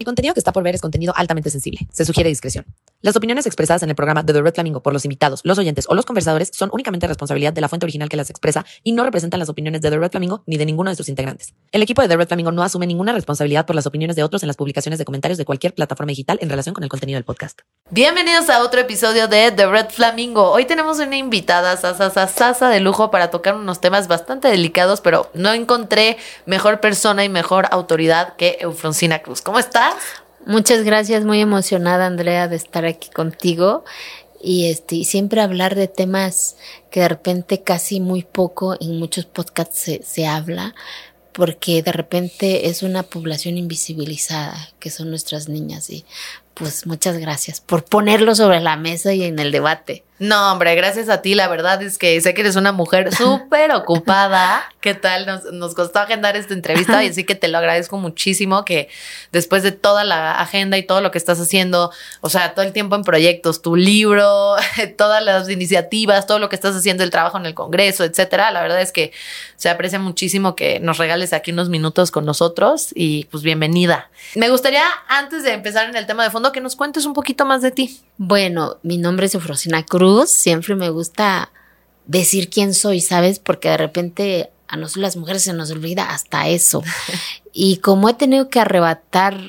contenido que está por ver es contenido altamente sensible. Se sugiere discreción. Las opiniones expresadas en el programa de The Red Flamingo por los invitados, los oyentes o los conversadores son únicamente responsabilidad de la fuente original que las expresa y no representan las opiniones de The Red Flamingo ni de ninguno de sus integrantes. El equipo de The Red Flamingo no asume ninguna responsabilidad por las opiniones de otros en las publicaciones de comentarios de cualquier plataforma digital en relación con el contenido del podcast. Bienvenidos a otro episodio de The Red Flamingo. Hoy tenemos una invitada sasa de lujo para tocar unos temas bastante delicados, pero no encontré mejor persona y mejor autoridad que Eufrosina Cruz. ¿Cómo estás? Muchas gracias, muy emocionada, Andrea, de estar aquí contigo y siempre hablar de temas que de repente casi muy poco en muchos podcasts se habla, porque de repente es una población invisibilizada, que son nuestras niñas, y pues muchas gracias por ponerlo sobre la mesa y en el debate. No, hombre, gracias a ti. La verdad es que sé que eres una mujer súper ocupada. ¿Qué tal? Nos costó agendar esta entrevista y así que te lo agradezco muchísimo que después de toda la agenda y todo lo que estás haciendo, o sea, todo el tiempo en proyectos, tu libro, todas las iniciativas, todo lo que estás haciendo, el trabajo en el Congreso, etcétera. La verdad es que se aprecia muchísimo que nos regales aquí unos minutos con nosotros y pues bienvenida. Me gustaría, antes de empezar en el tema de fondo, que nos cuentes un poquito más de ti. Bueno, mi nombre es Eufrosina Cruz. Siempre me gusta decir quién soy, ¿sabes? Porque de repente a nosotros las mujeres se nos olvida hasta eso. Y como he tenido que arrebatar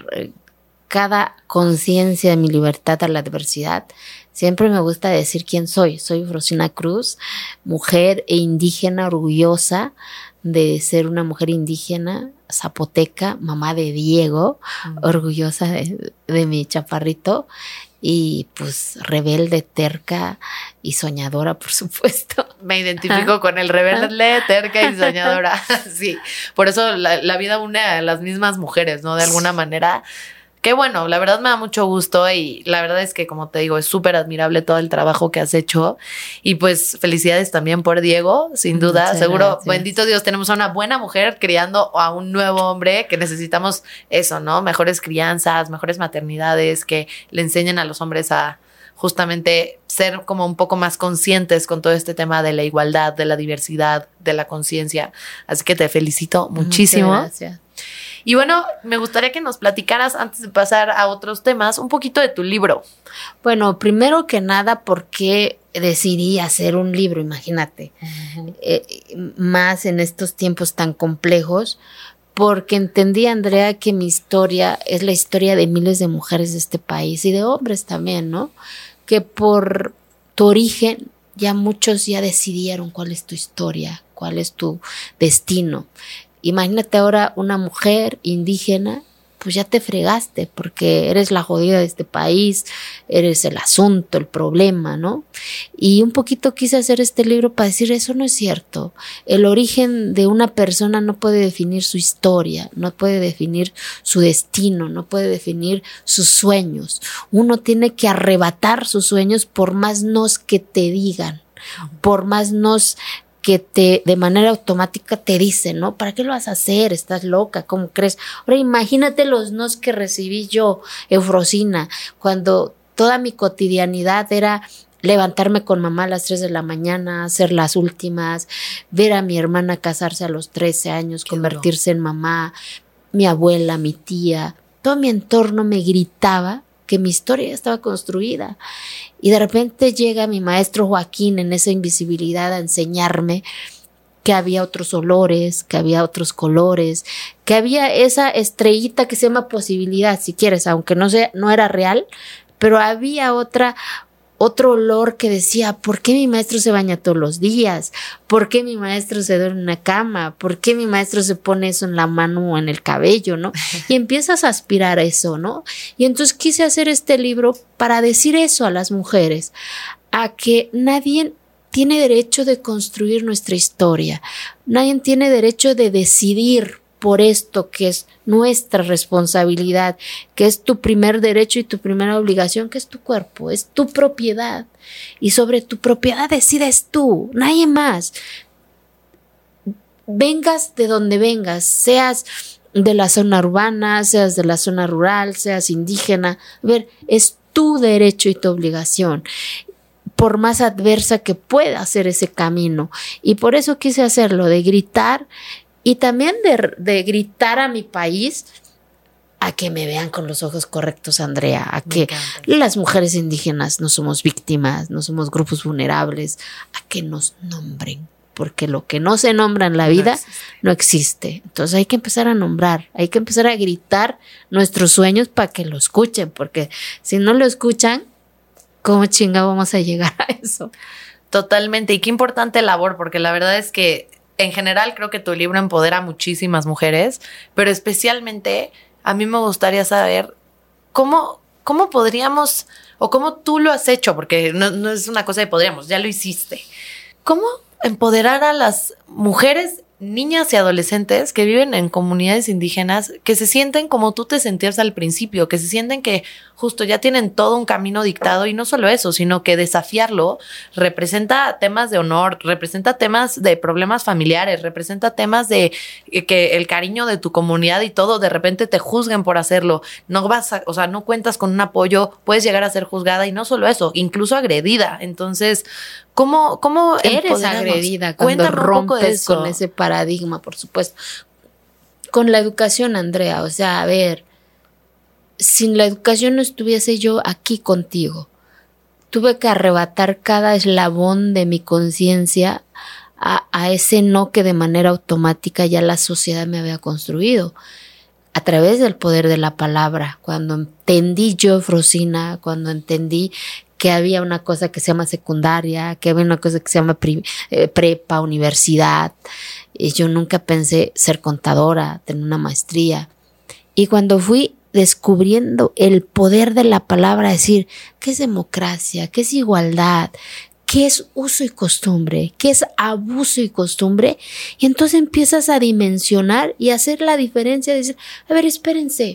cada conciencia de mi libertad a la diversidad, siempre me gusta decir quién soy. Soy Eufrosina Cruz, mujer e indígena, orgullosa de ser una mujer indígena, zapoteca, mamá de Diego, orgullosa de mi chaparrito. Y pues rebelde, terca y soñadora, por supuesto. Me identifico con el rebelde, terca y soñadora. Sí, por eso la vida une a las mismas mujeres, ¿no? De alguna manera. Qué bueno, la verdad me da mucho gusto y la verdad es que, como te digo, es súper admirable todo el trabajo que has hecho y pues felicidades también por Diego, sin duda. Muchas seguro, gracias. Bendito Dios, tenemos a una buena mujer criando a un nuevo hombre que necesitamos eso, ¿no? Mejores crianzas, mejores maternidades que le enseñen a los hombres a justamente ser como un poco más conscientes con todo este tema de la igualdad, de la diversidad, de la conciencia. Así que te felicito muchísimo. Muchas gracias. Y bueno, me gustaría que nos platicaras, antes de pasar a otros temas, un poquito de tu libro. Bueno, primero que nada, ¿por qué decidí hacer un libro? Imagínate, más en estos tiempos tan complejos, porque entendí, Andrea, que mi historia es la historia de miles de mujeres de este país y de hombres también, ¿no? Que por tu origen ya muchos ya decidieron cuál es tu historia, cuál es tu destino. Imagínate ahora una mujer indígena, pues ya te fregaste porque eres la jodida de este país, eres el asunto, el problema, ¿no? Y un poquito quise hacer este libro para decir eso no es cierto. El origen de una persona no puede definir su historia, no puede definir su destino, no puede definir sus sueños. Uno tiene que arrebatar sus sueños por más nos que te digan, por más nos que de manera automática te dicen, ¿no? ¿Para qué lo vas a hacer? ¿Estás loca? ¿Cómo crees? Ahora imagínate los nos que recibí yo, Eufrosina, cuando toda mi cotidianidad era levantarme con mamá a las 3 de la mañana, hacer las últimas, ver a mi hermana casarse a los 13 años, convertirse en mamá, mi abuela, mi tía, todo mi entorno me gritaba que mi historia ya estaba construida. Y de repente llega mi maestro Joaquín en esa invisibilidad a enseñarme que había otros olores, que había otros colores, que había esa estrellita que se llama posibilidad, si quieres, aunque no era real, pero había otro olor que decía, ¿por qué mi maestro se baña todos los días? ¿Por qué mi maestro se duerme en una cama? ¿Por qué mi maestro se pone eso en la mano o en el cabello, no? Y empiezas a aspirar a eso, ¿no? Y entonces quise hacer este libro para decir eso a las mujeres, a que nadie tiene derecho de construir nuestra historia, nadie tiene derecho de decidir por esto que es nuestra responsabilidad, que es tu primer derecho y tu primera obligación, que es tu cuerpo, es tu propiedad. Y sobre tu propiedad decides tú, nadie más. Vengas de donde vengas, seas de la zona urbana, seas de la zona rural, seas indígena, a ver, es tu derecho y tu obligación, por más adversa que pueda ser ese camino. Y por eso quise hacerlo, de gritar. Y también de gritar a mi país a que me vean con los ojos correctos, Andrea, a que las mujeres indígenas no somos víctimas, no somos grupos vulnerables, a que nos nombren, porque lo que no se nombra en la vida no existe. Entonces hay que empezar a nombrar, hay que empezar a gritar nuestros sueños para que lo escuchen, porque si no lo escuchan, ¿cómo chinga vamos a llegar a eso? Totalmente, y qué importante labor, porque la verdad es que en general creo que tu libro empodera a muchísimas mujeres, pero especialmente a mí me gustaría saber cómo podríamos, o cómo tú lo has hecho, porque no es una cosa de podríamos, ya lo hiciste. ¿Cómo empoderar a las mujeres, niñas y adolescentes que viven en comunidades indígenas, que se sienten como tú te sentías al principio, que se sienten que justo ya tienen todo un camino dictado, y no solo eso, sino que desafiarlo representa temas de honor, representa temas de problemas familiares, representa temas de que el cariño de tu comunidad y todo, de repente te juzguen por hacerlo, no cuentas con un apoyo, puedes llegar a ser juzgada, y no solo eso, incluso agredida. Entonces, ¿cómo eres agredida cuando rompes con ese paradigma? Por supuesto. Con la educación, Andrea, o sea, a ver, sin la educación no estuviese yo aquí contigo. Tuve que arrebatar cada eslabón de mi conciencia a ese no que de manera automática ya la sociedad me había construido. A través del poder de la palabra, cuando entendí yo, Frosina, cuando entendí que había una cosa que se llama secundaria, que había una cosa que se llama prepa, universidad. Y yo nunca pensé ser contadora, tener una maestría. Y cuando fui descubriendo el poder de la palabra, decir, ¿qué es democracia? ¿Qué es igualdad? ¿Qué es uso y costumbre? ¿Qué es abuso y costumbre? Y entonces empiezas a dimensionar y a hacer la diferencia, decir, a ver, espérense,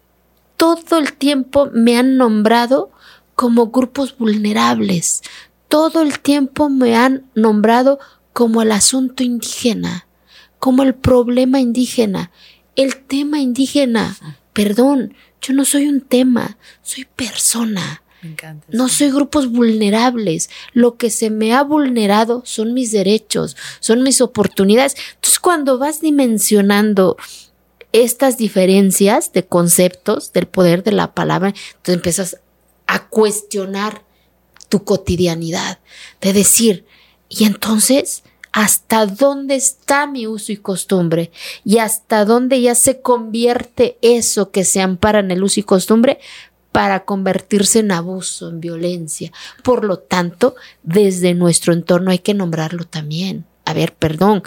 todo el tiempo me han nombrado como grupos vulnerables. Todo el tiempo me han nombrado como el asunto indígena, como el problema indígena, el tema indígena. Perdón, yo no soy un tema, soy persona. Me encanta. No soy grupos vulnerables. Lo que se me ha vulnerado son mis derechos, son mis oportunidades. Entonces, cuando vas dimensionando estas diferencias de conceptos, del poder de la palabra, entonces empiezas a cuestionar tu cotidianidad, de decir, y entonces, ¿hasta dónde está mi uso y costumbre? Y hasta dónde ya se convierte eso que se ampara en el uso y costumbre para convertirse en abuso, en violencia. Por lo tanto, desde nuestro entorno hay que nombrarlo también. A ver, perdón,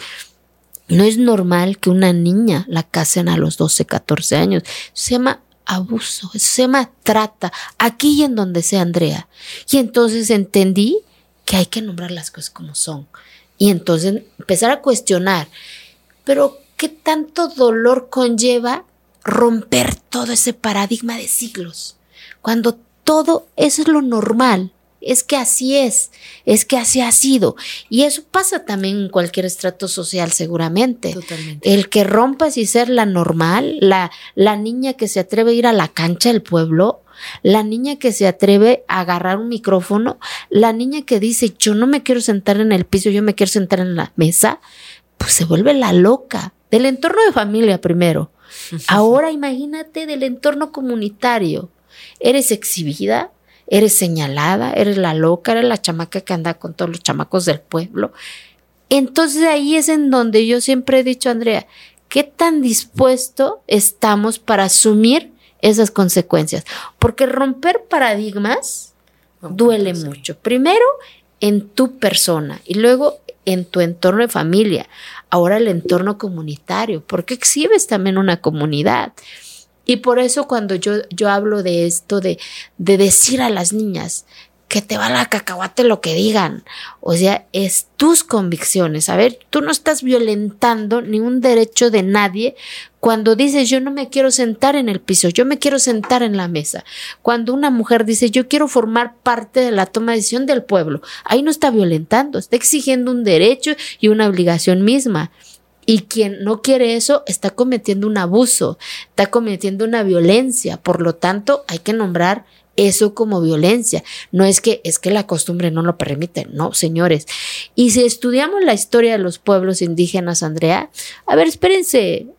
no es normal que una niña la casen a los 12, 14 años. Se llama abuso, eso se llama trata, aquí y en donde sea, Andrea. Y entonces entendí que hay que nombrar las cosas como son. Y entonces empezar a cuestionar, pero ¿qué tanto dolor conlleva romper todo ese paradigma de siglos? Cuando todo eso es lo normal, es que así es que así ha sido. Y eso pasa también en cualquier estrato social, seguramente. Totalmente. El que rompas y ser la normal, la niña que se atreve a ir a la cancha del pueblo, la niña que se atreve a agarrar un micrófono, la niña que dice, yo no me quiero sentar en el piso, yo me quiero sentar en la mesa, pues se vuelve la loca. Del entorno de familia primero. Ahora imagínate del entorno comunitario. Eres exhibida, eres señalada, eres la loca, eres la chamaca que anda con todos los chamacos del pueblo. Entonces ahí es en donde yo siempre he dicho, Andrea, ¿qué tan dispuesto estamos para asumir esas consecuencias? Porque romper paradigmas duele mucho. Primero en tu persona y luego en tu entorno de familia. Ahora el entorno comunitario, porque exhibes también una comunidad. Y por eso cuando yo hablo de esto, de decir a las niñas que te va la cacahuate lo que digan, o sea, es tus convicciones. A ver, tú no estás violentando ni un derecho de nadie cuando dices yo no me quiero sentar en el piso, yo me quiero sentar en la mesa. Cuando una mujer dice yo quiero formar parte de la toma de decisión del pueblo, ahí no está violentando, está exigiendo un derecho y una obligación misma. Y quien no quiere eso está cometiendo un abuso, está cometiendo una violencia. Por lo tanto, hay que nombrar eso como violencia. No es que la costumbre no lo permite. No, señores. Y si estudiamos la historia de los pueblos indígenas, Andrea, a ver, espérense.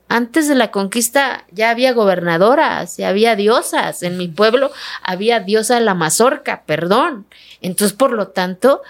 Antes de la conquista ya había gobernadoras, ya había diosas. En mi pueblo había diosa de la mazorca, perdón. Entonces, por lo tanto,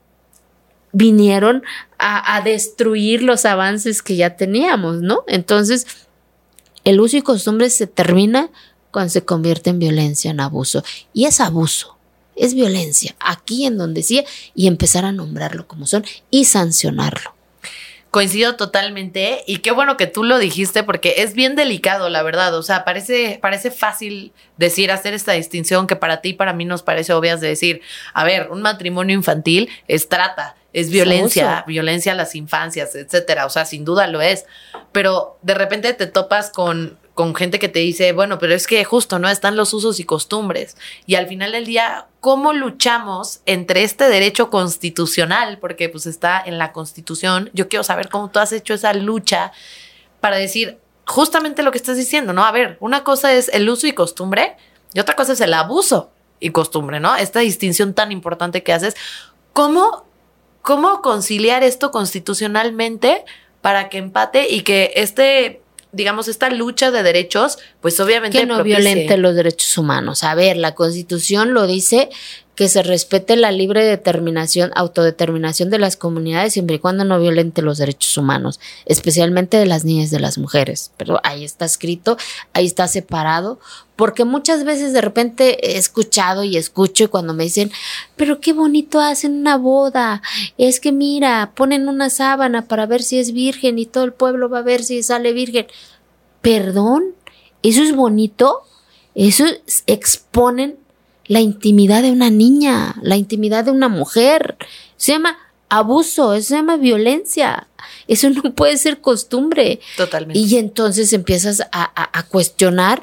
vinieron a destruir los avances que ya teníamos, ¿no? Entonces, el uso y costumbre se termina cuando se convierte en violencia, en abuso. Y es abuso, es violencia, aquí en donde sí, y empezar a nombrarlo como son y sancionarlo. Coincido totalmente y qué bueno que tú lo dijiste porque es bien delicado, la verdad. O sea, parece fácil hacer esta distinción que para ti y para mí nos parece obvia de decir, a ver, un matrimonio infantil es trata, es violencia, violencia a las infancias, etcétera. O sea, sin duda lo es. Pero de repente te topas con gente que te dice, bueno, pero es que justo, ¿no? Están los usos y costumbres. Y al final del día, ¿cómo luchamos entre este derecho constitucional? Porque pues está en la Constitución. Yo quiero saber cómo tú has hecho esa lucha para decir justamente lo que estás diciendo, ¿no? A ver, una cosa es el uso y costumbre y otra cosa es el abuso y costumbre, ¿no? Esta distinción tan importante que haces. ¿Cómo conciliar esto constitucionalmente para que empate y que digamos, esta lucha de derechos, pues obviamente que no violente los derechos humanos? A ver, la Constitución lo dice, que se respete la libre determinación, autodeterminación de las comunidades siempre y cuando no violente los derechos humanos, especialmente de las niñas y de las mujeres. Pero ahí está escrito, ahí está separado, porque muchas veces de repente he escuchado y escucho y cuando me dicen, pero qué bonito hacen una boda, es que mira, ponen una sábana para ver si es virgen y todo el pueblo va a ver si sale virgen. Perdón, ¿eso es bonito? Eso exponen la intimidad de una niña, la intimidad de una mujer. Se llama abuso, eso se llama violencia. Eso no puede ser costumbre. Totalmente. Y entonces empiezas a cuestionar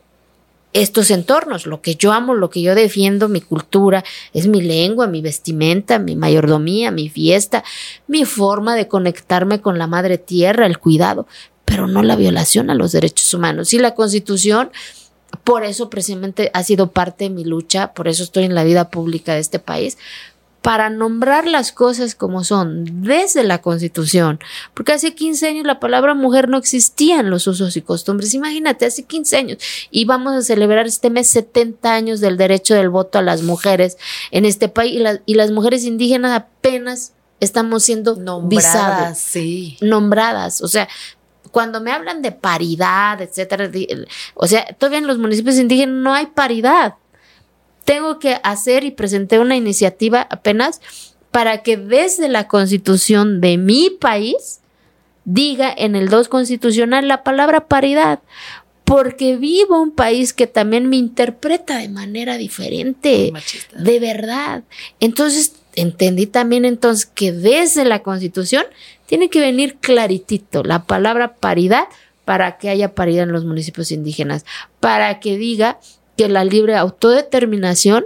estos entornos. Lo que yo amo, lo que yo defiendo, mi cultura, es mi lengua, mi vestimenta, mi mayordomía, mi fiesta, mi forma de conectarme con la madre tierra, el cuidado, pero no la violación a los derechos humanos. Y la Constitución, por eso precisamente ha sido parte de mi lucha, por eso estoy en la vida pública de este país, para nombrar las cosas como son desde la Constitución, porque hace 15 años la palabra mujer no existía en los usos y costumbres. Imagínate, hace 15 años, y vamos a celebrar este mes 70 años del derecho del voto a las mujeres en este país, y las mujeres indígenas apenas estamos siendo nombradas, sí. Nombradas, o sea, cuando me hablan de paridad, etcétera, o sea, todavía en los municipios indígenas no hay paridad. Tengo que hacer y presenté una iniciativa apenas para que desde la Constitución de mi país diga en el 2 constitucional la palabra paridad, porque vivo un país que también me interpreta de manera diferente, machista. De verdad. Entonces, entendí también entonces que desde la Constitución tiene que venir claritito la palabra paridad para que haya paridad en los municipios indígenas, para que diga que la libre autodeterminación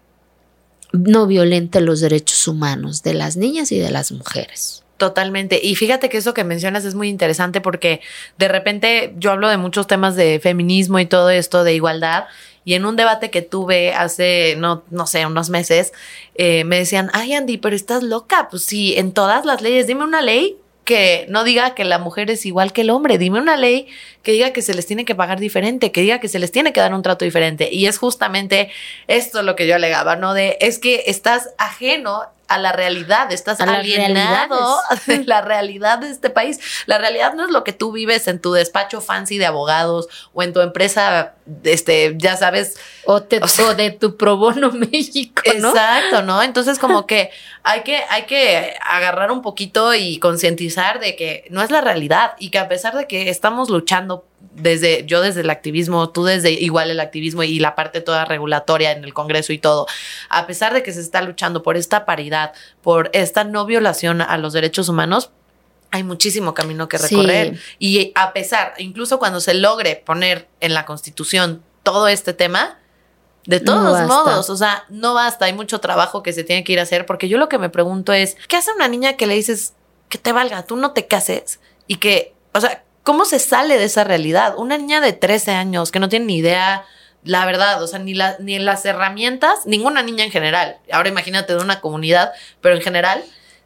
no violente los derechos humanos de las niñas y de las mujeres. Totalmente. Y fíjate que eso que mencionas es muy interesante porque de repente yo hablo de muchos temas de feminismo y todo esto de igualdad. Y en un debate que tuve hace, no sé, unos meses, me decían, ay, Andy, pero estás loca. Pues sí, en todas las leyes, dime una ley que no diga que la mujer es igual que el hombre. Dime una ley que diga que se les tiene que pagar diferente, que diga que se les tiene que dar un trato diferente. Y es justamente esto lo que yo alegaba, ¿no? Es que estás ajeno a la realidad, estás alienado de la realidad de este país. La realidad no es lo que tú vives en tu despacho fancy de abogados o en tu empresa, ya sabes. O de tu Pro Bono México, ¿no? Exacto, ¿no? Entonces como que hay que agarrar un poquito y concientizar de que no es la realidad y que a pesar de que estamos luchando yo desde el activismo, tú desde igual el activismo y la parte toda regulatoria en el Congreso y todo, a pesar de que se está luchando por esta paridad, por esta no violación a los derechos humanos, hay muchísimo camino que recorrer. Sí. Y a pesar, incluso cuando se logre poner en la Constitución todo este tema, de todos modos, o sea, no basta, hay mucho trabajo que se tiene que ir a hacer, porque yo lo que me pregunto es, ¿qué hace una niña que le dices que te valga, tú no te cases? Y que, o sea, ¿cómo se sale de esa realidad? Una niña de 13 años que no tiene ni idea, la verdad, o sea, ni las herramientas, ninguna niña en general, ahora imagínate de una comunidad, pero en general,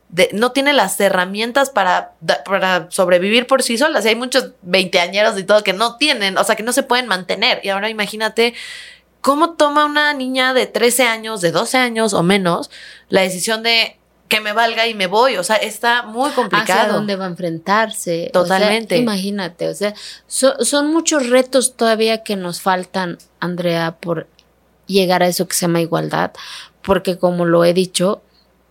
no tiene las herramientas para sobrevivir por sí solas. Y hay muchos veinteañeros y todo que no tienen, o sea, que no se pueden mantener. Y ahora imagínate cómo toma una niña de 13 años, de 12 años o menos, la decisión de que me valga y me voy. O sea, está muy complicado. ¿Hacia dónde va a enfrentarse? Totalmente. O sea, imagínate, o sea, son muchos retos todavía que nos faltan, Andrea, por llegar a eso que se llama igualdad. Porque como lo he dicho,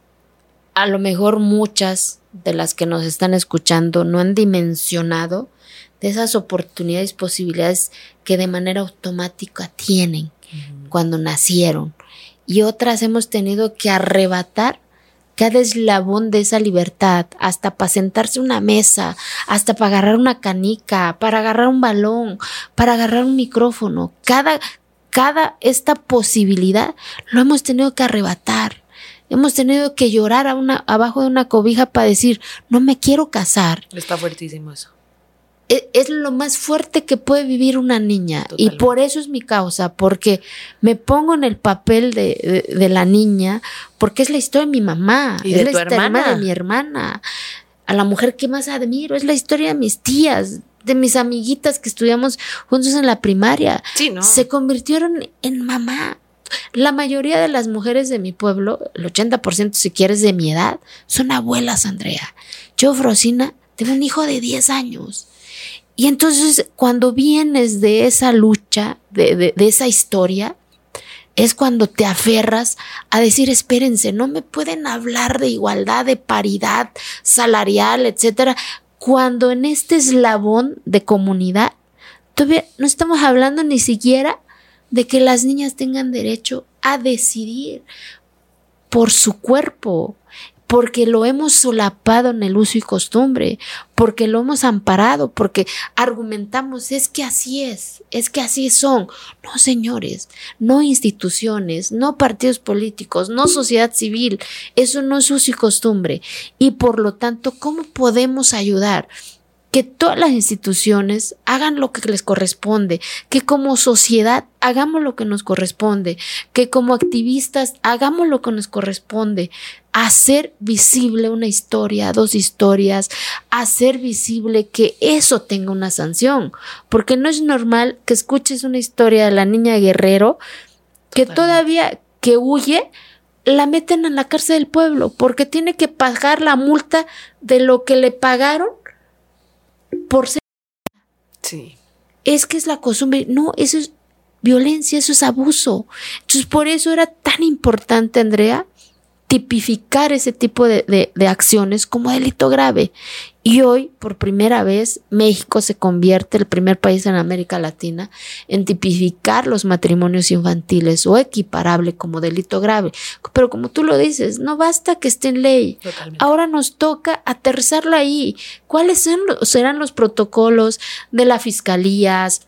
a lo mejor muchas de las que nos están escuchando no han dimensionado de esas oportunidades y posibilidades que de manera automática tienen cuando nacieron. Y otras hemos tenido que arrebatar cada eslabón de esa libertad, hasta para sentarse a una mesa, hasta para agarrar una canica, para agarrar un balón, para agarrar un micrófono. Cada esta posibilidad lo hemos tenido que arrebatar. Hemos tenido que llorar abajo de una cobija para decir, no me quiero casar. Está fuertísimo eso. Es lo más fuerte que puede vivir una niña. Totalmente. Y por eso es mi causa, porque me pongo en el papel de la niña, porque es la historia de mi mamá, ¿Y es de la historia hermana? de mi hermana. A la mujer que más admiro, es la historia de mis tías, de mis amiguitas que estudiamos juntos en la primaria. Sí, ¿no? Se convirtieron en mamá. La mayoría de las mujeres de mi pueblo, el 80% si quieres de mi edad, son abuelas, Andrea. Yo, Frosina, tengo un hijo de 10 años. Y entonces cuando vienes de esa lucha, de esa historia, es cuando te aferras a decir, espérense, no me pueden hablar de igualdad, de paridad salarial, etcétera, cuando en este eslabón de comunidad todavía no estamos hablando ni siquiera de que las niñas tengan derecho a decidir por su cuerpo, porque lo hemos solapado en el uso y costumbre, porque lo hemos amparado, porque argumentamos, es que así son. No, señores, no instituciones, no partidos políticos, no sociedad civil, eso no es uso y costumbre. Y por lo tanto, ¿cómo podemos ayudar? Que todas las instituciones hagan lo que les corresponde, que como sociedad hagamos lo que nos corresponde, que como activistas hagamos lo que nos corresponde, hacer visible una historia, 2 historias, hacer visible que eso tenga una sanción, porque no es normal que escuches una historia de la niña Guerrero que todavía que huye, la meten en la cárcel del pueblo porque tiene que pagar la multa de lo que le pagaron por ser. Sí. Es que es la costumbre. No, eso es violencia, eso es abuso. Entonces, por eso era tan importante, Andrea, tipificar ese tipo de acciones como delito grave. Y hoy, por primera vez, México se convierte el primer país en América Latina en tipificar los matrimonios infantiles o equiparable como delito grave. Pero como tú lo dices, no basta que esté en ley. Totalmente. Ahora nos toca aterrizarlo ahí. ¿Cuáles serán los protocolos de las fiscalías,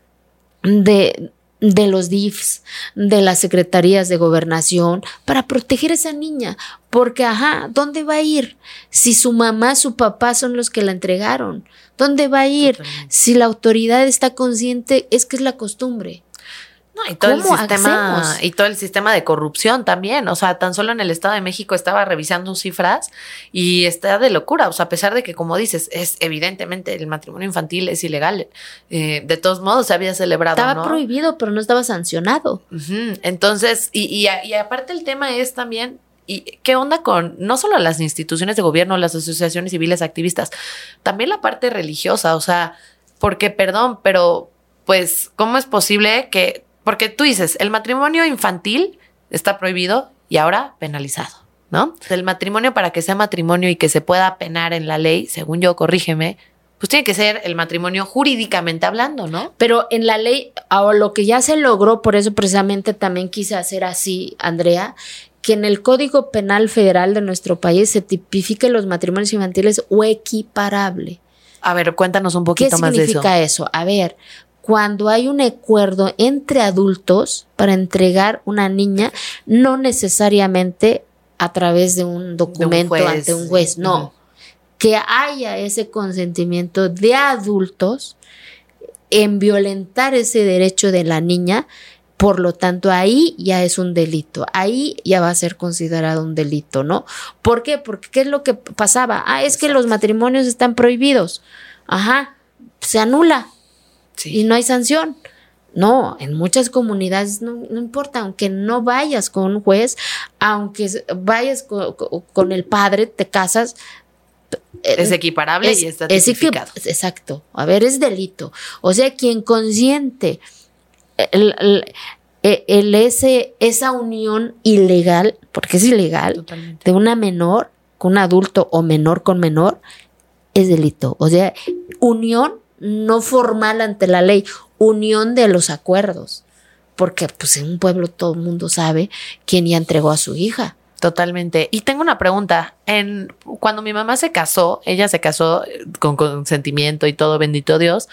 de los DIFs, de las secretarías de gobernación para proteger a esa niña? Porque, ¿dónde va a ir? Si su mamá, su papá son los que la entregaron, ¿dónde va a ir? Totalmente. Si la autoridad está consciente, es que es la costumbre. No, y todo ¿Cómo hacemos? y todo el sistema de corrupción también. O sea, tan solo en el Estado de México estaba revisando cifras y está de locura. O sea, a pesar de que, como dices, es evidentemente el matrimonio infantil es ilegal. De todos modos se había celebrado, Estaba ¿no? prohibido, pero no estaba sancionado. Uh-huh. Entonces, y aparte el tema es también, ¿y qué onda con no solo las instituciones de gobierno, las asociaciones civiles activistas, también la parte religiosa? O sea, porque, perdón, pero pues, ¿cómo es posible que... Porque tú dices, el matrimonio infantil está prohibido y ahora penalizado, ¿no? El matrimonio, para que sea matrimonio y que se pueda penar en la ley, según yo, corrígeme, pues tiene que ser el matrimonio jurídicamente hablando, ¿no? Pero en la ley, ahora lo que ya se logró, por eso precisamente también quise hacer así, Andrea, que en el Código Penal Federal de nuestro país se tipifiquen los matrimonios infantiles o equiparable. A ver, cuéntanos un poquito más de eso. ¿Qué significa eso? A ver, cuando hay un acuerdo entre adultos para entregar una niña, no necesariamente a través de un documento ante un juez, no. Uh-huh. Que haya ese consentimiento de adultos en violentar ese derecho de la niña Por lo tanto, ahí ya es un delito, ahí ya va a ser considerado un delito, ¿no? ¿Por qué? Porque ¿qué es lo que pasaba? Es que los matrimonios están prohibidos. Ajá, se anula y no hay sanción. No, en muchas comunidades no importa, aunque no vayas con un juez, aunque vayas con el padre, te casas. Es equiparable y está tipificado. Exacto, a ver, es delito. O sea, quien consiente esa unión ilegal, porque es ilegal, totalmente, de una menor con un adulto o menor con menor, es delito. O sea, unión no formal ante la ley, unión de los acuerdos. Porque pues en un pueblo todo el mundo sabe quién ya entregó a su hija. Totalmente. Y tengo una pregunta. Cuando mi mamá se casó, ella se casó con consentimiento y todo, bendito Dios,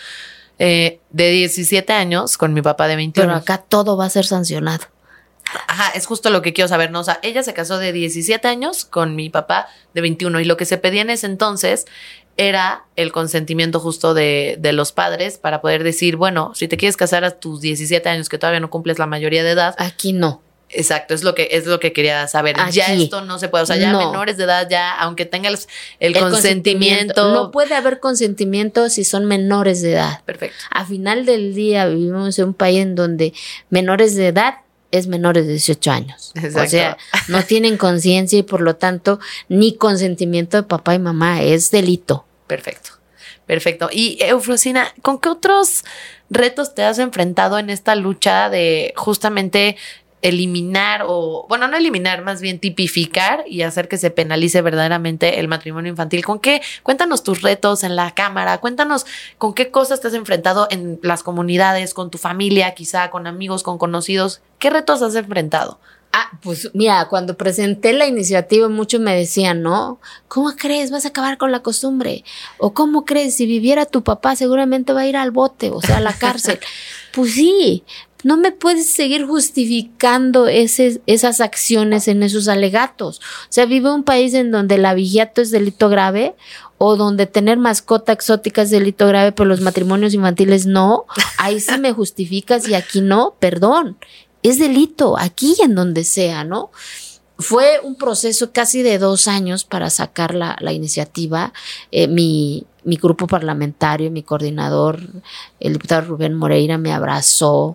de 17 años con mi papá de 21. Pero acá todo va a ser sancionado. Ajá, es justo lo que quiero saber, ¿no? O sea, ella se casó de 17 años con mi papá de 21 y lo que se pedía en ese entonces era el consentimiento justo de los padres para poder decir, bueno, si te quieres casar a tus 17 años que todavía no cumples la mayoría de edad. Aquí no. Exacto, es lo que quería saber. Aquí, ya esto no se puede, o sea, ya menores de edad, ya aunque tengas el consentimiento. No puede haber consentimiento si son menores de edad. Perfecto. A final del día vivimos en un país en donde menores de edad es menores de 18 años. Exacto. O sea, no tienen conciencia y por lo tanto ni consentimiento de papá y mamá, es delito. Perfecto. Perfecto. Y Eufrosina, ¿con qué otros retos te has enfrentado en esta lucha de justamente eliminar no eliminar, más bien tipificar y hacer que se penalice verdaderamente el matrimonio infantil? Cuéntanos tus retos en la Cámara, cuéntanos con qué cosas te has enfrentado en las comunidades, con tu familia, quizá con amigos, con conocidos. ¿Qué retos has enfrentado? Pues mira, cuando presenté la iniciativa muchos me decían, ¿no? ¿Cómo crees? ¿Vas a acabar con la costumbre? ¿O cómo crees? Si viviera tu papá seguramente va a ir al bote, o sea, a la cárcel. Pues sí, no me puedes seguir justificando esas acciones en esos alegatos. O sea, vive un país en donde el abigeato es delito grave o donde tener mascota exótica es delito grave, pero los matrimonios infantiles no. Ahí sí me justificas y aquí no, perdón. Es delito, aquí y en donde sea, ¿no? Fue un proceso casi de 2 años para sacar la iniciativa. Mi grupo parlamentario, mi coordinador, el diputado Rubén Moreira, me abrazó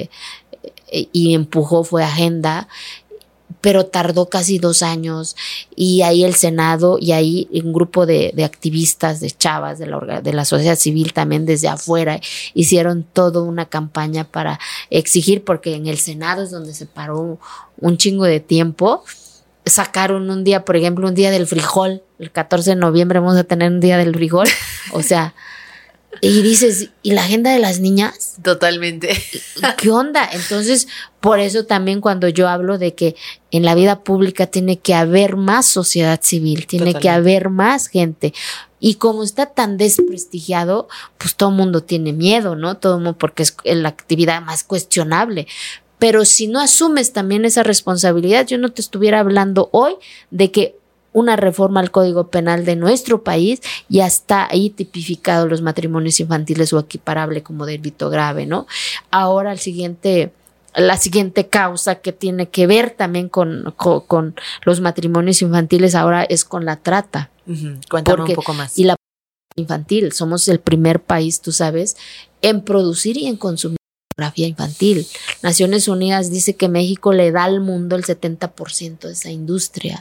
y empujó, fue agenda, pero tardó casi 2 años. Y ahí el Senado y ahí un grupo de activistas, de chavas, de la sociedad civil también desde afuera, hicieron toda una campaña para exigir, porque en el Senado es donde se paró un chingo de tiempo. Sacaron un día, por ejemplo, un día del frijol. El 14 de noviembre vamos a tener un día del frijol. O sea, y dices, ¿y la agenda de las niñas? Totalmente. ¿Qué onda? Entonces, por eso también cuando yo hablo de que en la vida pública tiene que haber más sociedad civil, tiene que haber más gente. Y como está tan desprestigiado, pues todo el mundo tiene miedo, ¿no? Todo el mundo, porque es la actividad más cuestionable. Pero si no asumes también esa responsabilidad, yo no te estuviera hablando hoy de que una reforma al Código Penal de nuestro país ya está ahí tipificado los matrimonios infantiles o equiparable como delito grave, ¿no? Ahora la siguiente causa que tiene que ver también con los matrimonios infantiles ahora es con la trata. Cuéntame un poco más. Y la infantil, somos el primer país, tú sabes, en producir y en consumir pornografía infantil. Naciones Unidas dice que México le da al mundo el 70% de esa industria.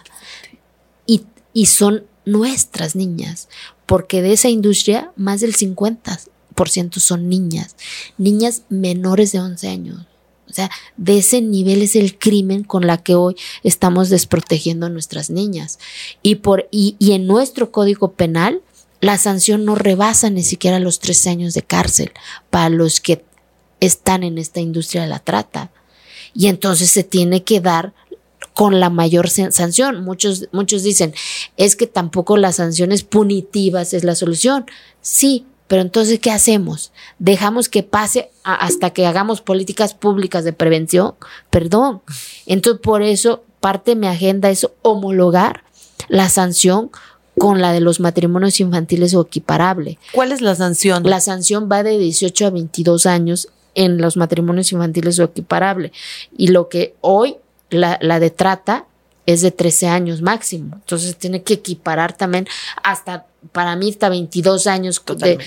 Y son nuestras niñas, porque de esa industria más del 50% son niñas menores de 11 años. O sea, de ese nivel es el crimen con la que hoy estamos desprotegiendo a nuestras niñas. Y en nuestro Código Penal, la sanción no rebasa ni siquiera los 13 años de cárcel para los que están en esta industria de la trata. Y entonces se tiene que dar con la mayor sanción. Muchos dicen, es que tampoco las sanciones punitivas es la solución. Sí, pero entonces, ¿qué hacemos? ¿Dejamos que pase hasta que hagamos políticas públicas de prevención? Perdón. Entonces, por eso, parte de mi agenda es homologar la sanción con la de los matrimonios infantiles o equiparable. ¿Cuál es la sanción? La sanción va de 18 a 22 años en los matrimonios infantiles o equiparable. Y lo que hoy la de trata es de 13 años máximo. Entonces tiene que equiparar también para mí hasta 22 años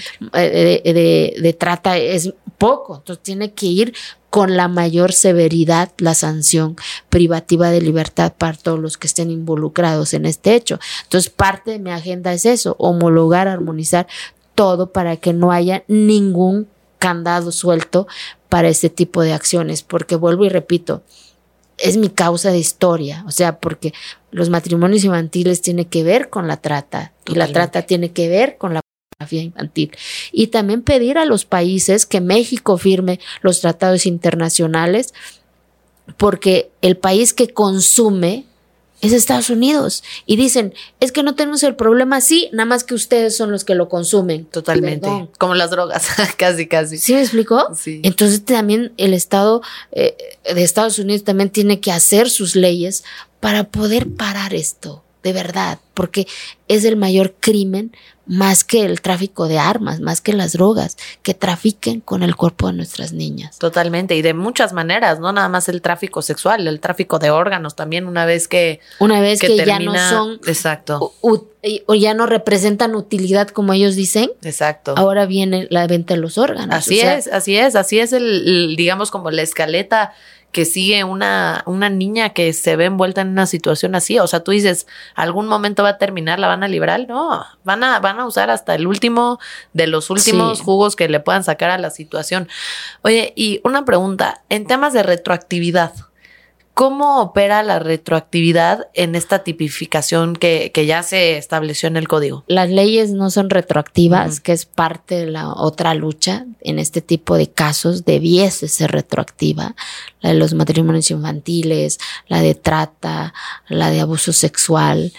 de trata es poco. Entonces tiene que ir con la mayor severidad la sanción privativa de libertad para todos los que estén involucrados en este hecho. Entonces parte de mi agenda es eso, homologar, armonizar todo para que no haya ningún candado suelto para este tipo de acciones, porque vuelvo y repito, es mi causa de historia, o sea, porque los matrimonios infantiles tienen que ver con la trata. Totalmente. Y la trata tiene que ver con la pornografía infantil. Y también pedir a los países que México firme los tratados internacionales, porque el país que consume es Estados Unidos. Y dicen, es que no tenemos el problema así, nada más que ustedes son los que lo consumen. Totalmente. Perdón. Como las drogas, casi. ¿Sí me explicó? Sí. Entonces también el Estado de Estados Unidos también tiene que hacer sus leyes para poder parar esto, de verdad, porque es el mayor crimen, más que el tráfico de armas, más que las drogas, que trafiquen con el cuerpo de nuestras niñas. Totalmente, y de muchas maneras, no nada más el tráfico sexual, el tráfico de órganos también, una vez que termina, ya no son, exacto, o ya no representan utilidad como ellos dicen. Exacto. Ahora viene la venta de los órganos. Así es el digamos como la escaleta que sigue una niña que se ve envuelta en una situación así. O sea, tú dices, ¿algún momento va a terminar? ¿La van a liberar? No, van a usar hasta el último de los últimos jugos que le puedan sacar a la situación. Oye, y una pregunta, en temas de retroactividad, ¿cómo opera la retroactividad en esta tipificación que ya se estableció en el código? Las leyes no son retroactivas, que es parte de la otra lucha. En este tipo de casos debiese ser retroactiva. La de los matrimonios infantiles, la de trata, la de abuso sexual.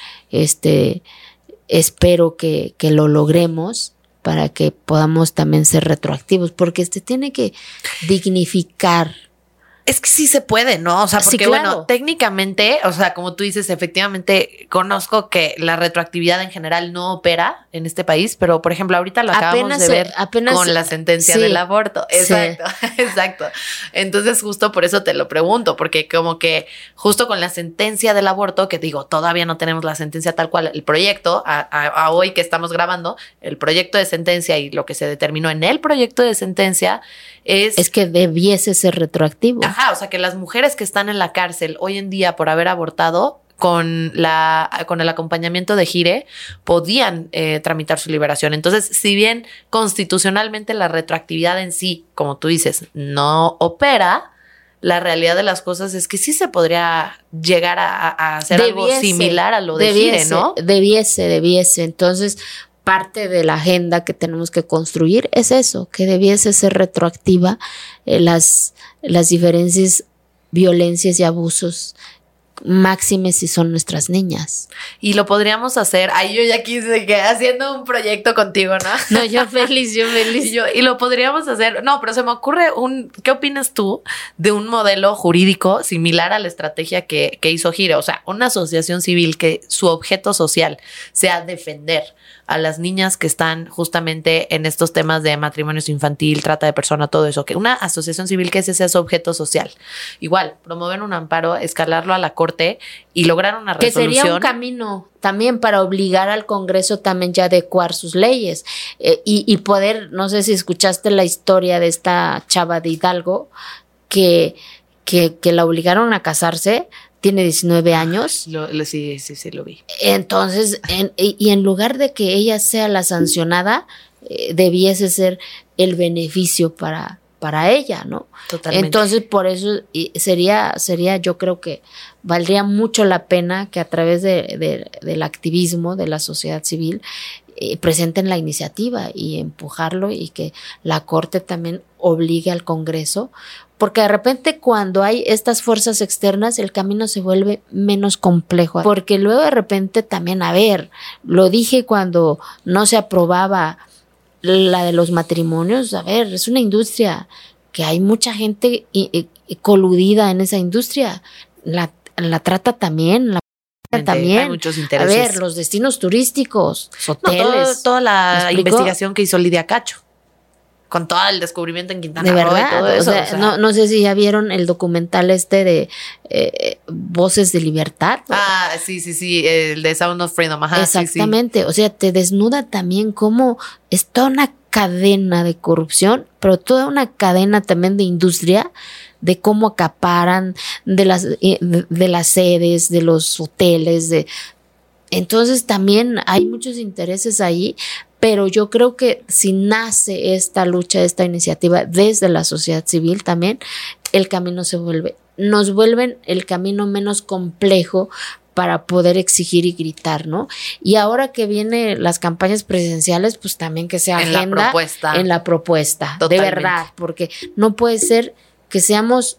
Espero que lo logremos para que podamos también ser retroactivos, porque tiene que dignificar. Es que sí se puede, ¿no? O sea, porque sí, claro. Bueno, técnicamente, o sea, como tú dices, efectivamente conozco que la retroactividad en general no opera en este país, pero por ejemplo, ahorita lo acabamos de ver con la sentencia del aborto. Exacto, exacto. Entonces, justo por eso te lo pregunto, porque como que justo con la sentencia del aborto, que digo, todavía no tenemos la sentencia tal cual, el proyecto, a hoy que estamos grabando, el proyecto de sentencia y lo que se determinó en el proyecto de sentencia es que debiese ser retroactivo. Ajá, o sea, que las mujeres que están en la cárcel hoy en día por haber abortado con el acompañamiento de Gire podían tramitar su liberación. Entonces, si bien constitucionalmente la retroactividad en sí, como tú dices, no opera, la realidad de las cosas es que sí se podría llegar a hacer algo similar a lo de Gire, ¿no? Debiese. Entonces, parte de la agenda que tenemos que construir es eso, que debiese ser retroactiva las diferentes violencias y abusos, máxime si son nuestras niñas. Y lo podríamos hacer, yo ya quise que haciendo un proyecto contigo, ¿no? No, yo feliz. Y lo podríamos hacer, no, pero se me ocurre ¿qué opinas tú de un modelo jurídico similar a la estrategia que hizo Gire? O sea, una asociación civil que su objeto social sea defender a las niñas que están justamente en estos temas de matrimonios infantil, trata de persona, todo eso, que una asociación civil que ese sea su objeto social. Igual, promover un amparo, escalarlo a la corte y lograr una resolución. Que sería un camino también para obligar al Congreso también ya a adecuar sus leyes y poder, no sé si escuchaste la historia de esta chava de Hidalgo que la obligaron a casarse. Tiene 19 años. Sí, lo vi. Entonces, en lugar de que ella sea la sancionada, debiese ser el beneficio para ella, ¿no? Totalmente. Entonces, por eso sería, yo creo que valdría mucho la pena que a través del activismo de la sociedad civil presenten la iniciativa y empujarlo y que la Corte también obligue al Congreso, porque de repente cuando hay estas fuerzas externas el camino se vuelve menos complejo, porque luego de repente también, lo dije cuando no se aprobaba la de los matrimonios, es una industria que hay mucha gente coludida en esa industria, la trata también, también. Hay muchos intereses. Los destinos turísticos, hoteles. Toda la investigación que hizo Lidia Cacho. con todo el descubrimiento en Quintana De Roo verdad, y todo eso. o sea, no sé si ya vieron el documental de Voces de Libertad. Sí, el de Sound of Freedom, ajá. Exactamente, o sea, te desnuda también cómo es toda una cadena de corrupción, pero toda una cadena también de industria, de cómo acaparan de las sedes, de los hoteles, entonces también hay muchos intereses ahí, pero yo creo que si nace esta lucha, esta iniciativa desde la sociedad civil también, el camino nos vuelven el camino menos complejo para poder exigir y gritar, ¿no? Y ahora que vienen las campañas presidenciales, pues también que sea agenda en la propuesta, Totalmente. de verdad, porque no puede ser que seamos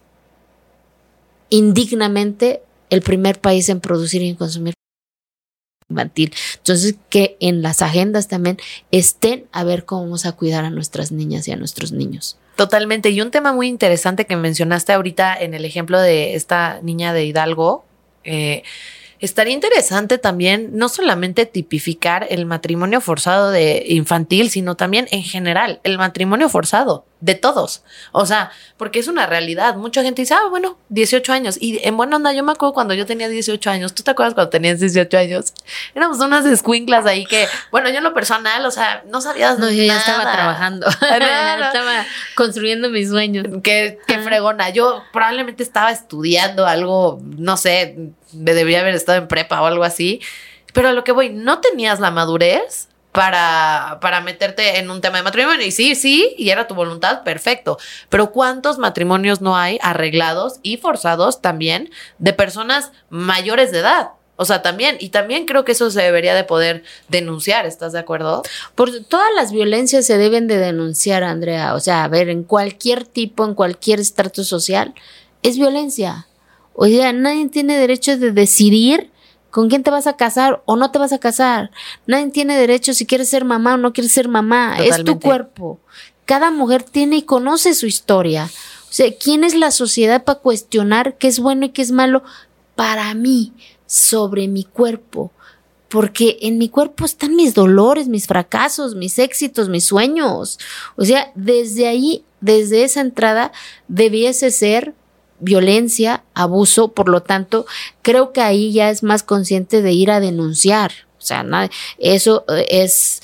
indignamente el primer país en producir y en consumir infantil. Entonces, que en las agendas también estén a ver cómo vamos a cuidar a nuestras niñas y a nuestros niños. Totalmente. Y un tema muy interesante que mencionaste ahorita en el ejemplo de esta niña de Hidalgo, estaría interesante también no solamente tipificar el matrimonio forzado de infantil, sino también en general el matrimonio forzado de todos. O sea, porque es una realidad. Mucha gente dice, bueno, 18 años. Y en buena onda, yo me acuerdo cuando yo tenía 18 años. ¿Tú te acuerdas cuando tenías 18 años? Éramos unas escuinclas ahí que, bueno, yo en lo personal, o sea, no sabías nada. No, yo ya estaba trabajando. Ya estaba construyendo mis sueños. Qué fregona. Yo probablemente estaba estudiando algo, no sé, debería haber estado en prepa o algo así. Pero a lo que voy, no tenías la madurez para meterte en un tema de matrimonio. Y sí, y era tu voluntad, perfecto. Pero ¿cuántos matrimonios no hay arreglados y forzados también de personas mayores de edad? O sea, también, y también creo que eso se debería de poder denunciar, ¿estás de acuerdo? Por todas las violencias se deben de denunciar, Andrea. O sea, a ver, en cualquier tipo, en cualquier estrato social, es violencia. O sea, nadie tiene derecho de decidir con quién te vas a casar o no te vas a casar. Nadie tiene derecho si quieres ser mamá o no quieres ser mamá. Totalmente. Es tu cuerpo. Cada mujer tiene y conoce su historia. O sea, ¿quién es la sociedad para cuestionar qué es bueno y qué es malo para mí, sobre mi cuerpo? Porque en mi cuerpo están mis dolores, mis fracasos, mis éxitos, mis sueños. O sea, desde ahí, desde esa entrada, debiese ser violencia, abuso. Por lo tanto, creo que ahí ya es más consciente de ir a denunciar. O sea, eso es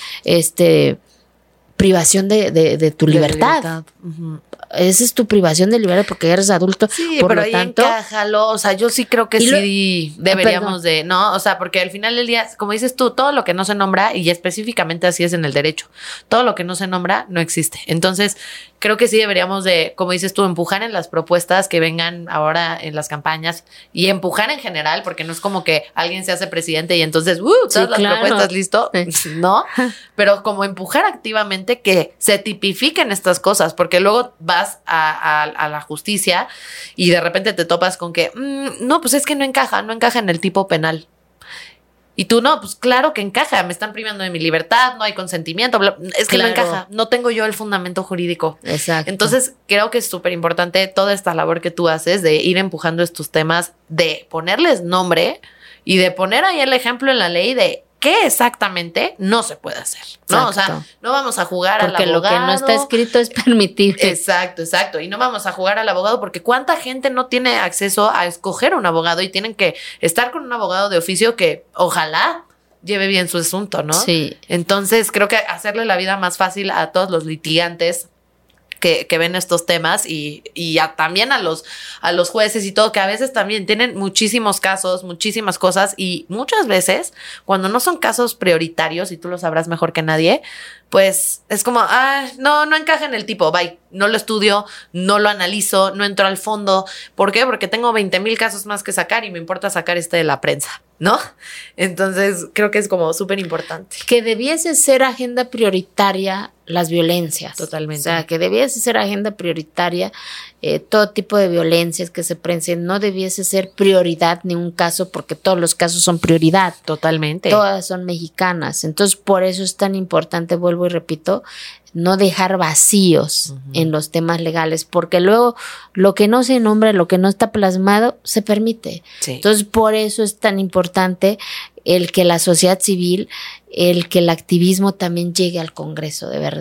privación de tu libertad. Uh-huh. Esa es tu privación de libertad porque eres adulto. Sí, por pero lo ahí tanto, encájalo. O sea, yo sí creo que sí deberíamos de, ¿no? O sea, porque al final del día, como dices tú, todo lo que no se nombra, y específicamente así es en el derecho, todo lo que no se nombra no existe. Entonces, creo que sí deberíamos de, como dices tú, empujar en las propuestas que vengan ahora en las campañas y empujar en general, porque no es como que alguien se hace presidente y entonces, todas las propuestas, listo, ¿no? Pero como empujar activamente que se tipifiquen estas cosas, porque luego vas a la justicia y de repente te topas con que, no, pues es que no encaja en el tipo penal. Y tú, no, pues claro que encaja, me están privando de mi libertad, no hay consentimiento, es que no encaja, no tengo yo el fundamento jurídico. Exacto. Entonces, creo que es súper importante toda esta labor que tú haces de ir empujando estos temas, de ponerles nombre y de poner ahí el ejemplo en la ley de qué exactamente no se puede hacer, ¿no? Exacto. O sea, no vamos a jugar al abogado. Porque lo que no está escrito es permitible. Exacto. Y no vamos a jugar al abogado porque cuánta gente no tiene acceso a escoger un abogado y tienen que estar con un abogado de oficio que ojalá lleve bien su asunto, ¿no? Sí. Entonces, creo que hacerle la vida más fácil a todos los litigantes que ven estos temas y también a los jueces y todo, que a veces también tienen muchísimos casos, muchísimas cosas, y muchas veces cuando no son casos prioritarios, y tú lo sabrás mejor que nadie, pues es como, no encaja en el tipo, bye, no lo estudio, no lo analizo, no entro al fondo. ¿Por qué? Porque tengo 20,000 casos más que sacar y me importa sacar de la prensa, ¿no? Entonces creo que es como súper importante. Que debiese ser agenda prioritaria las violencias. Totalmente. O sea, que debiese ser agenda prioritaria todo tipo de violencias que se presenten. No debiese ser prioridad ni un caso, porque todos los casos son prioridad. Totalmente. Todas son mexicanas. Entonces, por eso es tan importante, vuelvo y repito, no dejar vacíos en los temas legales, porque luego lo que no se nombra, lo que no está plasmado, se permite. Sí. Entonces, por eso es tan importante el que la sociedad civil, el que el activismo también llegue al Congreso, de verdad.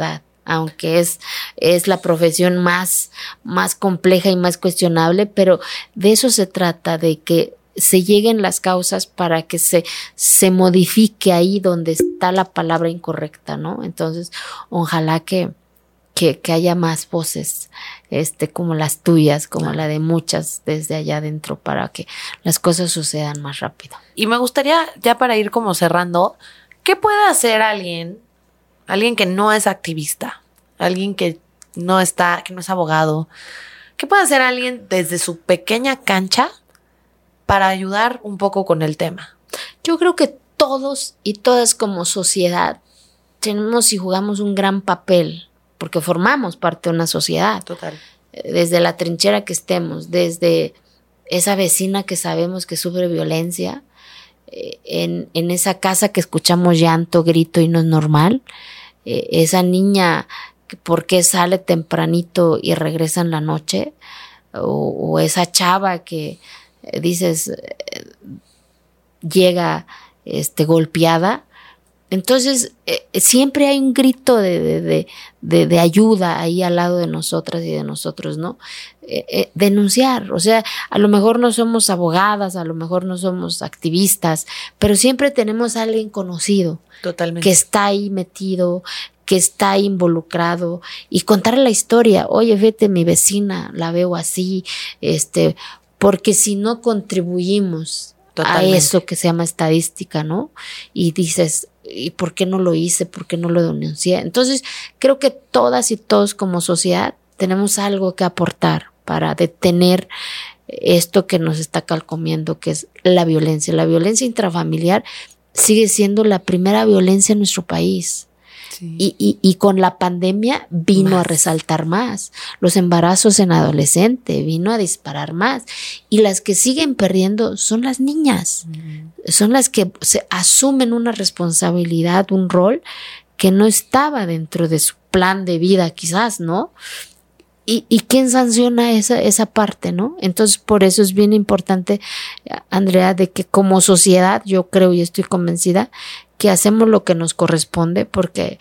aunque es la profesión más compleja y más cuestionable, pero de eso se trata, de que se lleguen las causas para que se modifique ahí donde está la palabra incorrecta, ¿no? Entonces, ojalá que haya más voces, como las tuyas, como la de muchas desde allá adentro, para que las cosas sucedan más rápido. Y me gustaría, ya para ir como cerrando, ¿qué puede hacer alguien que no es activista, alguien que no es abogado? ¿Qué puede hacer alguien desde su pequeña cancha para ayudar un poco con el tema? Yo creo que todos y todas como sociedad tenemos y jugamos un gran papel, porque formamos parte de una sociedad. Total. Desde la trinchera que estemos, desde esa vecina que sabemos que sufre violencia, en esa casa que escuchamos llanto, grito y no es normal, esa niña que por qué sale tempranito y regresa en la noche, o esa chava que dices llega golpeada. Entonces siempre hay un grito de ayuda ahí al lado de nosotras y de nosotros, ¿no? Denunciar, o sea, a lo mejor no somos abogadas, a lo mejor no somos activistas, pero siempre tenemos a alguien conocido. Totalmente. Que está ahí metido, que está ahí involucrado, y contarle la historia. Oye, vete, mi vecina, la veo así, porque si no contribuimos Totalmente. a eso que se llama estadística, ¿no? Y dices, ¿y por qué no lo hice? ¿Por qué no lo denuncié? Entonces, creo que todas y todos como sociedad tenemos algo que aportar para detener esto que nos está calcomiendo, que es la violencia. La violencia intrafamiliar sigue siendo la primera violencia en nuestro país. Sí. Y con la pandemia vino a resaltar más. Los embarazos en adolescente vino a disparar más. Y las que siguen perdiendo son las niñas. Son las que se asumen una responsabilidad, un rol que no estaba dentro de su plan de vida, quizás, ¿no? ¿Y quién sanciona esa parte, no? Entonces, por eso es bien importante, Andrea, de que como sociedad, yo creo y estoy convencida que hacemos lo que nos corresponde, porque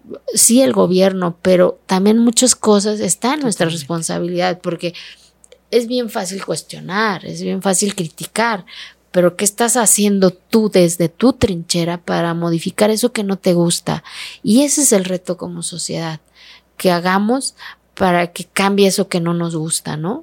sí el gobierno, pero también muchas cosas están en nuestra responsabilidad, porque es bien fácil cuestionar, es bien fácil criticar, pero ¿qué estás haciendo tú desde tu trinchera para modificar eso que no te gusta? Y ese es el reto como sociedad, que hagamos para que cambie eso que no nos gusta, ¿no?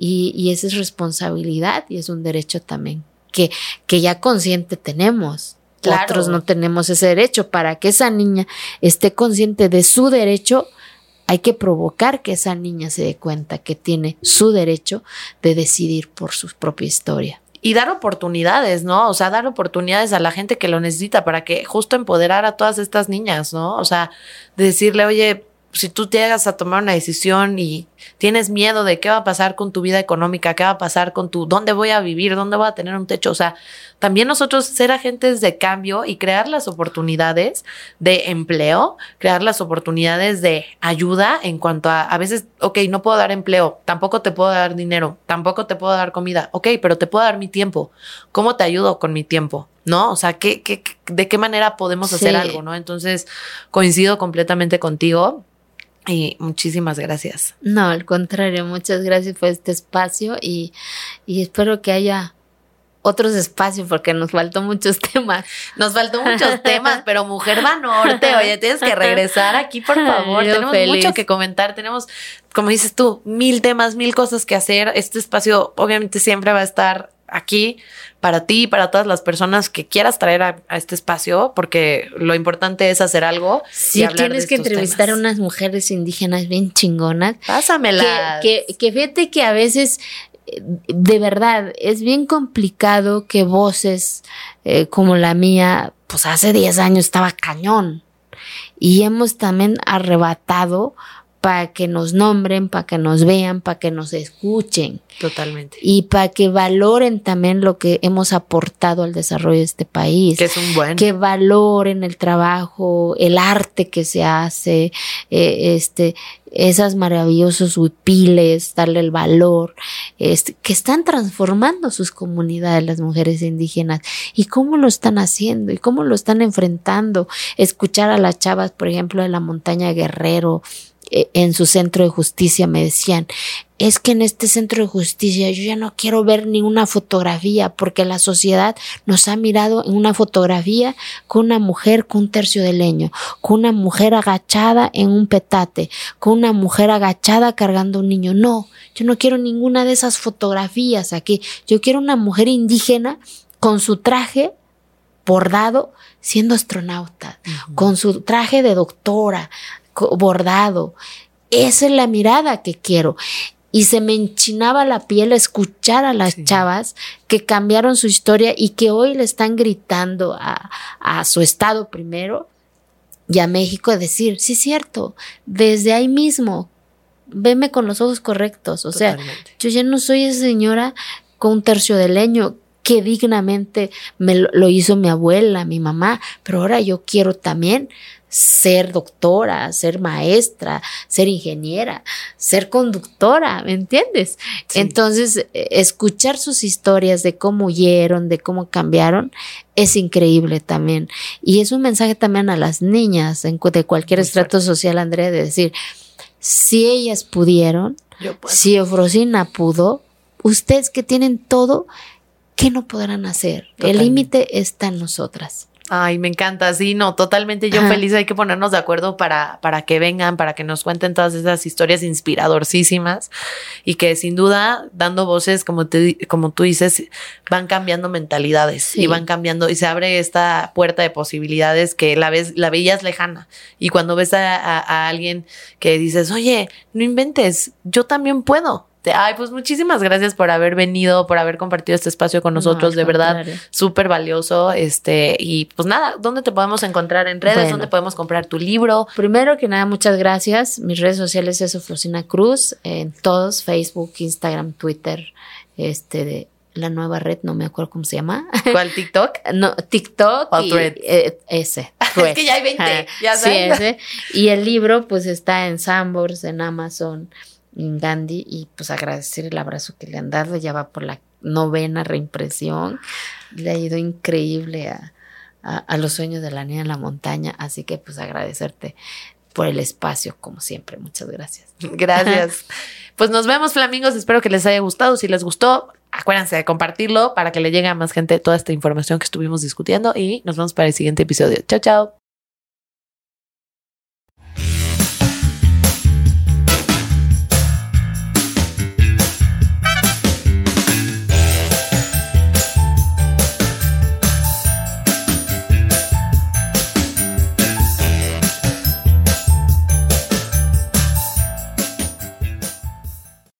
Y esa es responsabilidad y es un derecho también que ya consciente tenemos. Claro. Otros no tenemos ese derecho. Para que esa niña esté consciente de su derecho, hay que provocar que esa niña se dé cuenta que tiene su derecho de decidir por su propia historia. Y dar oportunidades, ¿no? O sea, dar oportunidades a la gente que lo necesita para que justo empoderar a todas estas niñas, ¿no? O sea, decirle, oye, si tú llegas a tomar una decisión y tienes miedo de qué va a pasar con tu vida económica, qué va a pasar con dónde voy a vivir, dónde voy a tener un techo, o sea, también nosotros ser agentes de cambio y crear las oportunidades de empleo, crear las oportunidades de ayuda en cuanto a veces, ok, no puedo dar empleo, tampoco te puedo dar dinero, tampoco te puedo dar comida, ok, pero te puedo dar mi tiempo. ¿Cómo te ayudo con mi tiempo? ¿No? O sea, ¿de qué manera podemos hacer algo, no? Entonces, coincido completamente contigo. Y muchísimas gracias. No, al contrario, muchas gracias por este espacio y espero que haya otros espacios porque nos faltó muchos temas. Nos faltó muchos temas, pero Mujer Banorte, oye, tienes que regresar aquí, por favor. Tenemos mucho que comentar, tenemos, como dices tú, 1000 temas, 1000 cosas que hacer. Este espacio obviamente siempre va a estar aquí para ti y para todas las personas que quieras traer a este espacio, porque lo importante es hacer algo. Sí, tienes que entrevistar a unas mujeres indígenas bien chingonas. Pásamelas. Que fíjate que a veces, de verdad, es bien complicado que voces como la mía, pues hace 10 años estaba cañón. Y hemos también arrebatado para que nos nombren, para que nos vean, para que nos escuchen. Totalmente. Y para que valoren también lo que hemos aportado al desarrollo de este país. Que es un buen. Que valoren el trabajo, el arte que se hace, esas maravillosos huipiles, darle el valor, que están transformando sus comunidades, las mujeres indígenas, y cómo lo están haciendo y cómo lo están enfrentando. Escuchar a las chavas, por ejemplo, de la montaña Guerrero, en su centro de justicia, me decían, es que en este centro de justicia yo ya no quiero ver ni una fotografía, porque la sociedad nos ha mirado en una fotografía con una mujer con un tercio de leño, con una mujer agachada en un petate, con una mujer agachada cargando un niño. No, yo no quiero ninguna de esas fotografías aquí. Yo quiero una mujer indígena con su traje bordado siendo astronauta, con su traje de doctora bordado. Esa es la mirada que quiero. Y se me enchinaba la piel escuchar a las chavas que cambiaron su historia y que hoy le están gritando a su estado primero y a México, decir, sí, cierto, desde ahí mismo, veme con los ojos correctos. O sea, yo ya no soy esa señora con un tercio de leño que dignamente lo hizo mi abuela, mi mamá, pero ahora yo quiero también ser doctora, ser maestra, ser ingeniera, ser conductora, ¿me entiendes? Sí. Entonces, escuchar sus historias de cómo huyeron, de cómo cambiaron, es increíble también. Y es un mensaje también a las niñas de cualquier estrato social, Andrea, de decir, si ellas pudieron, si Eufrosina pudo, ustedes que tienen todo, ¿qué no podrán hacer? Totalmente. El límite está en nosotras. Ay, me encanta, sí, no, totalmente yo feliz, hay que ponernos de acuerdo para que vengan, para que nos cuenten todas esas historias inspiradorísimas y que sin duda, dando voces, como tú dices, van cambiando mentalidades y van cambiando y se abre esta puerta de posibilidades que la veías lejana y cuando ves a alguien que dices, oye, no inventes, yo también puedo. Ay, pues muchísimas gracias por haber venido, por haber compartido este espacio con nosotros, de verdad, súper valioso, y pues nada, ¿dónde te podemos encontrar en redes? ¿Dónde podemos comprar tu libro? Primero que nada, muchas gracias. Mis redes sociales es Eufrosina Cruz, en todos, Facebook, Instagram, Twitter, la nueva red, no me acuerdo cómo se llama. ¿Cuál? ¿TikTok? No, TikTok o y Threads. Ese. Es que ya hay 20, ya sabes. Sí, ese. Y el libro pues está en Sanborns, en Amazon, en Gandhi, y pues agradecer el abrazo que le han dado. Ya va por la 9ª reimpresión, le ha ido increíble a Los sueños de la niña en la montaña, así que pues agradecerte por el espacio como siempre, muchas gracias. Gracias. Pues nos vemos, flamingos, espero que les haya gustado. Si les gustó, acuérdense de compartirlo para que le llegue a más gente toda esta información que estuvimos discutiendo y nos vemos para el siguiente episodio. Chao, chao.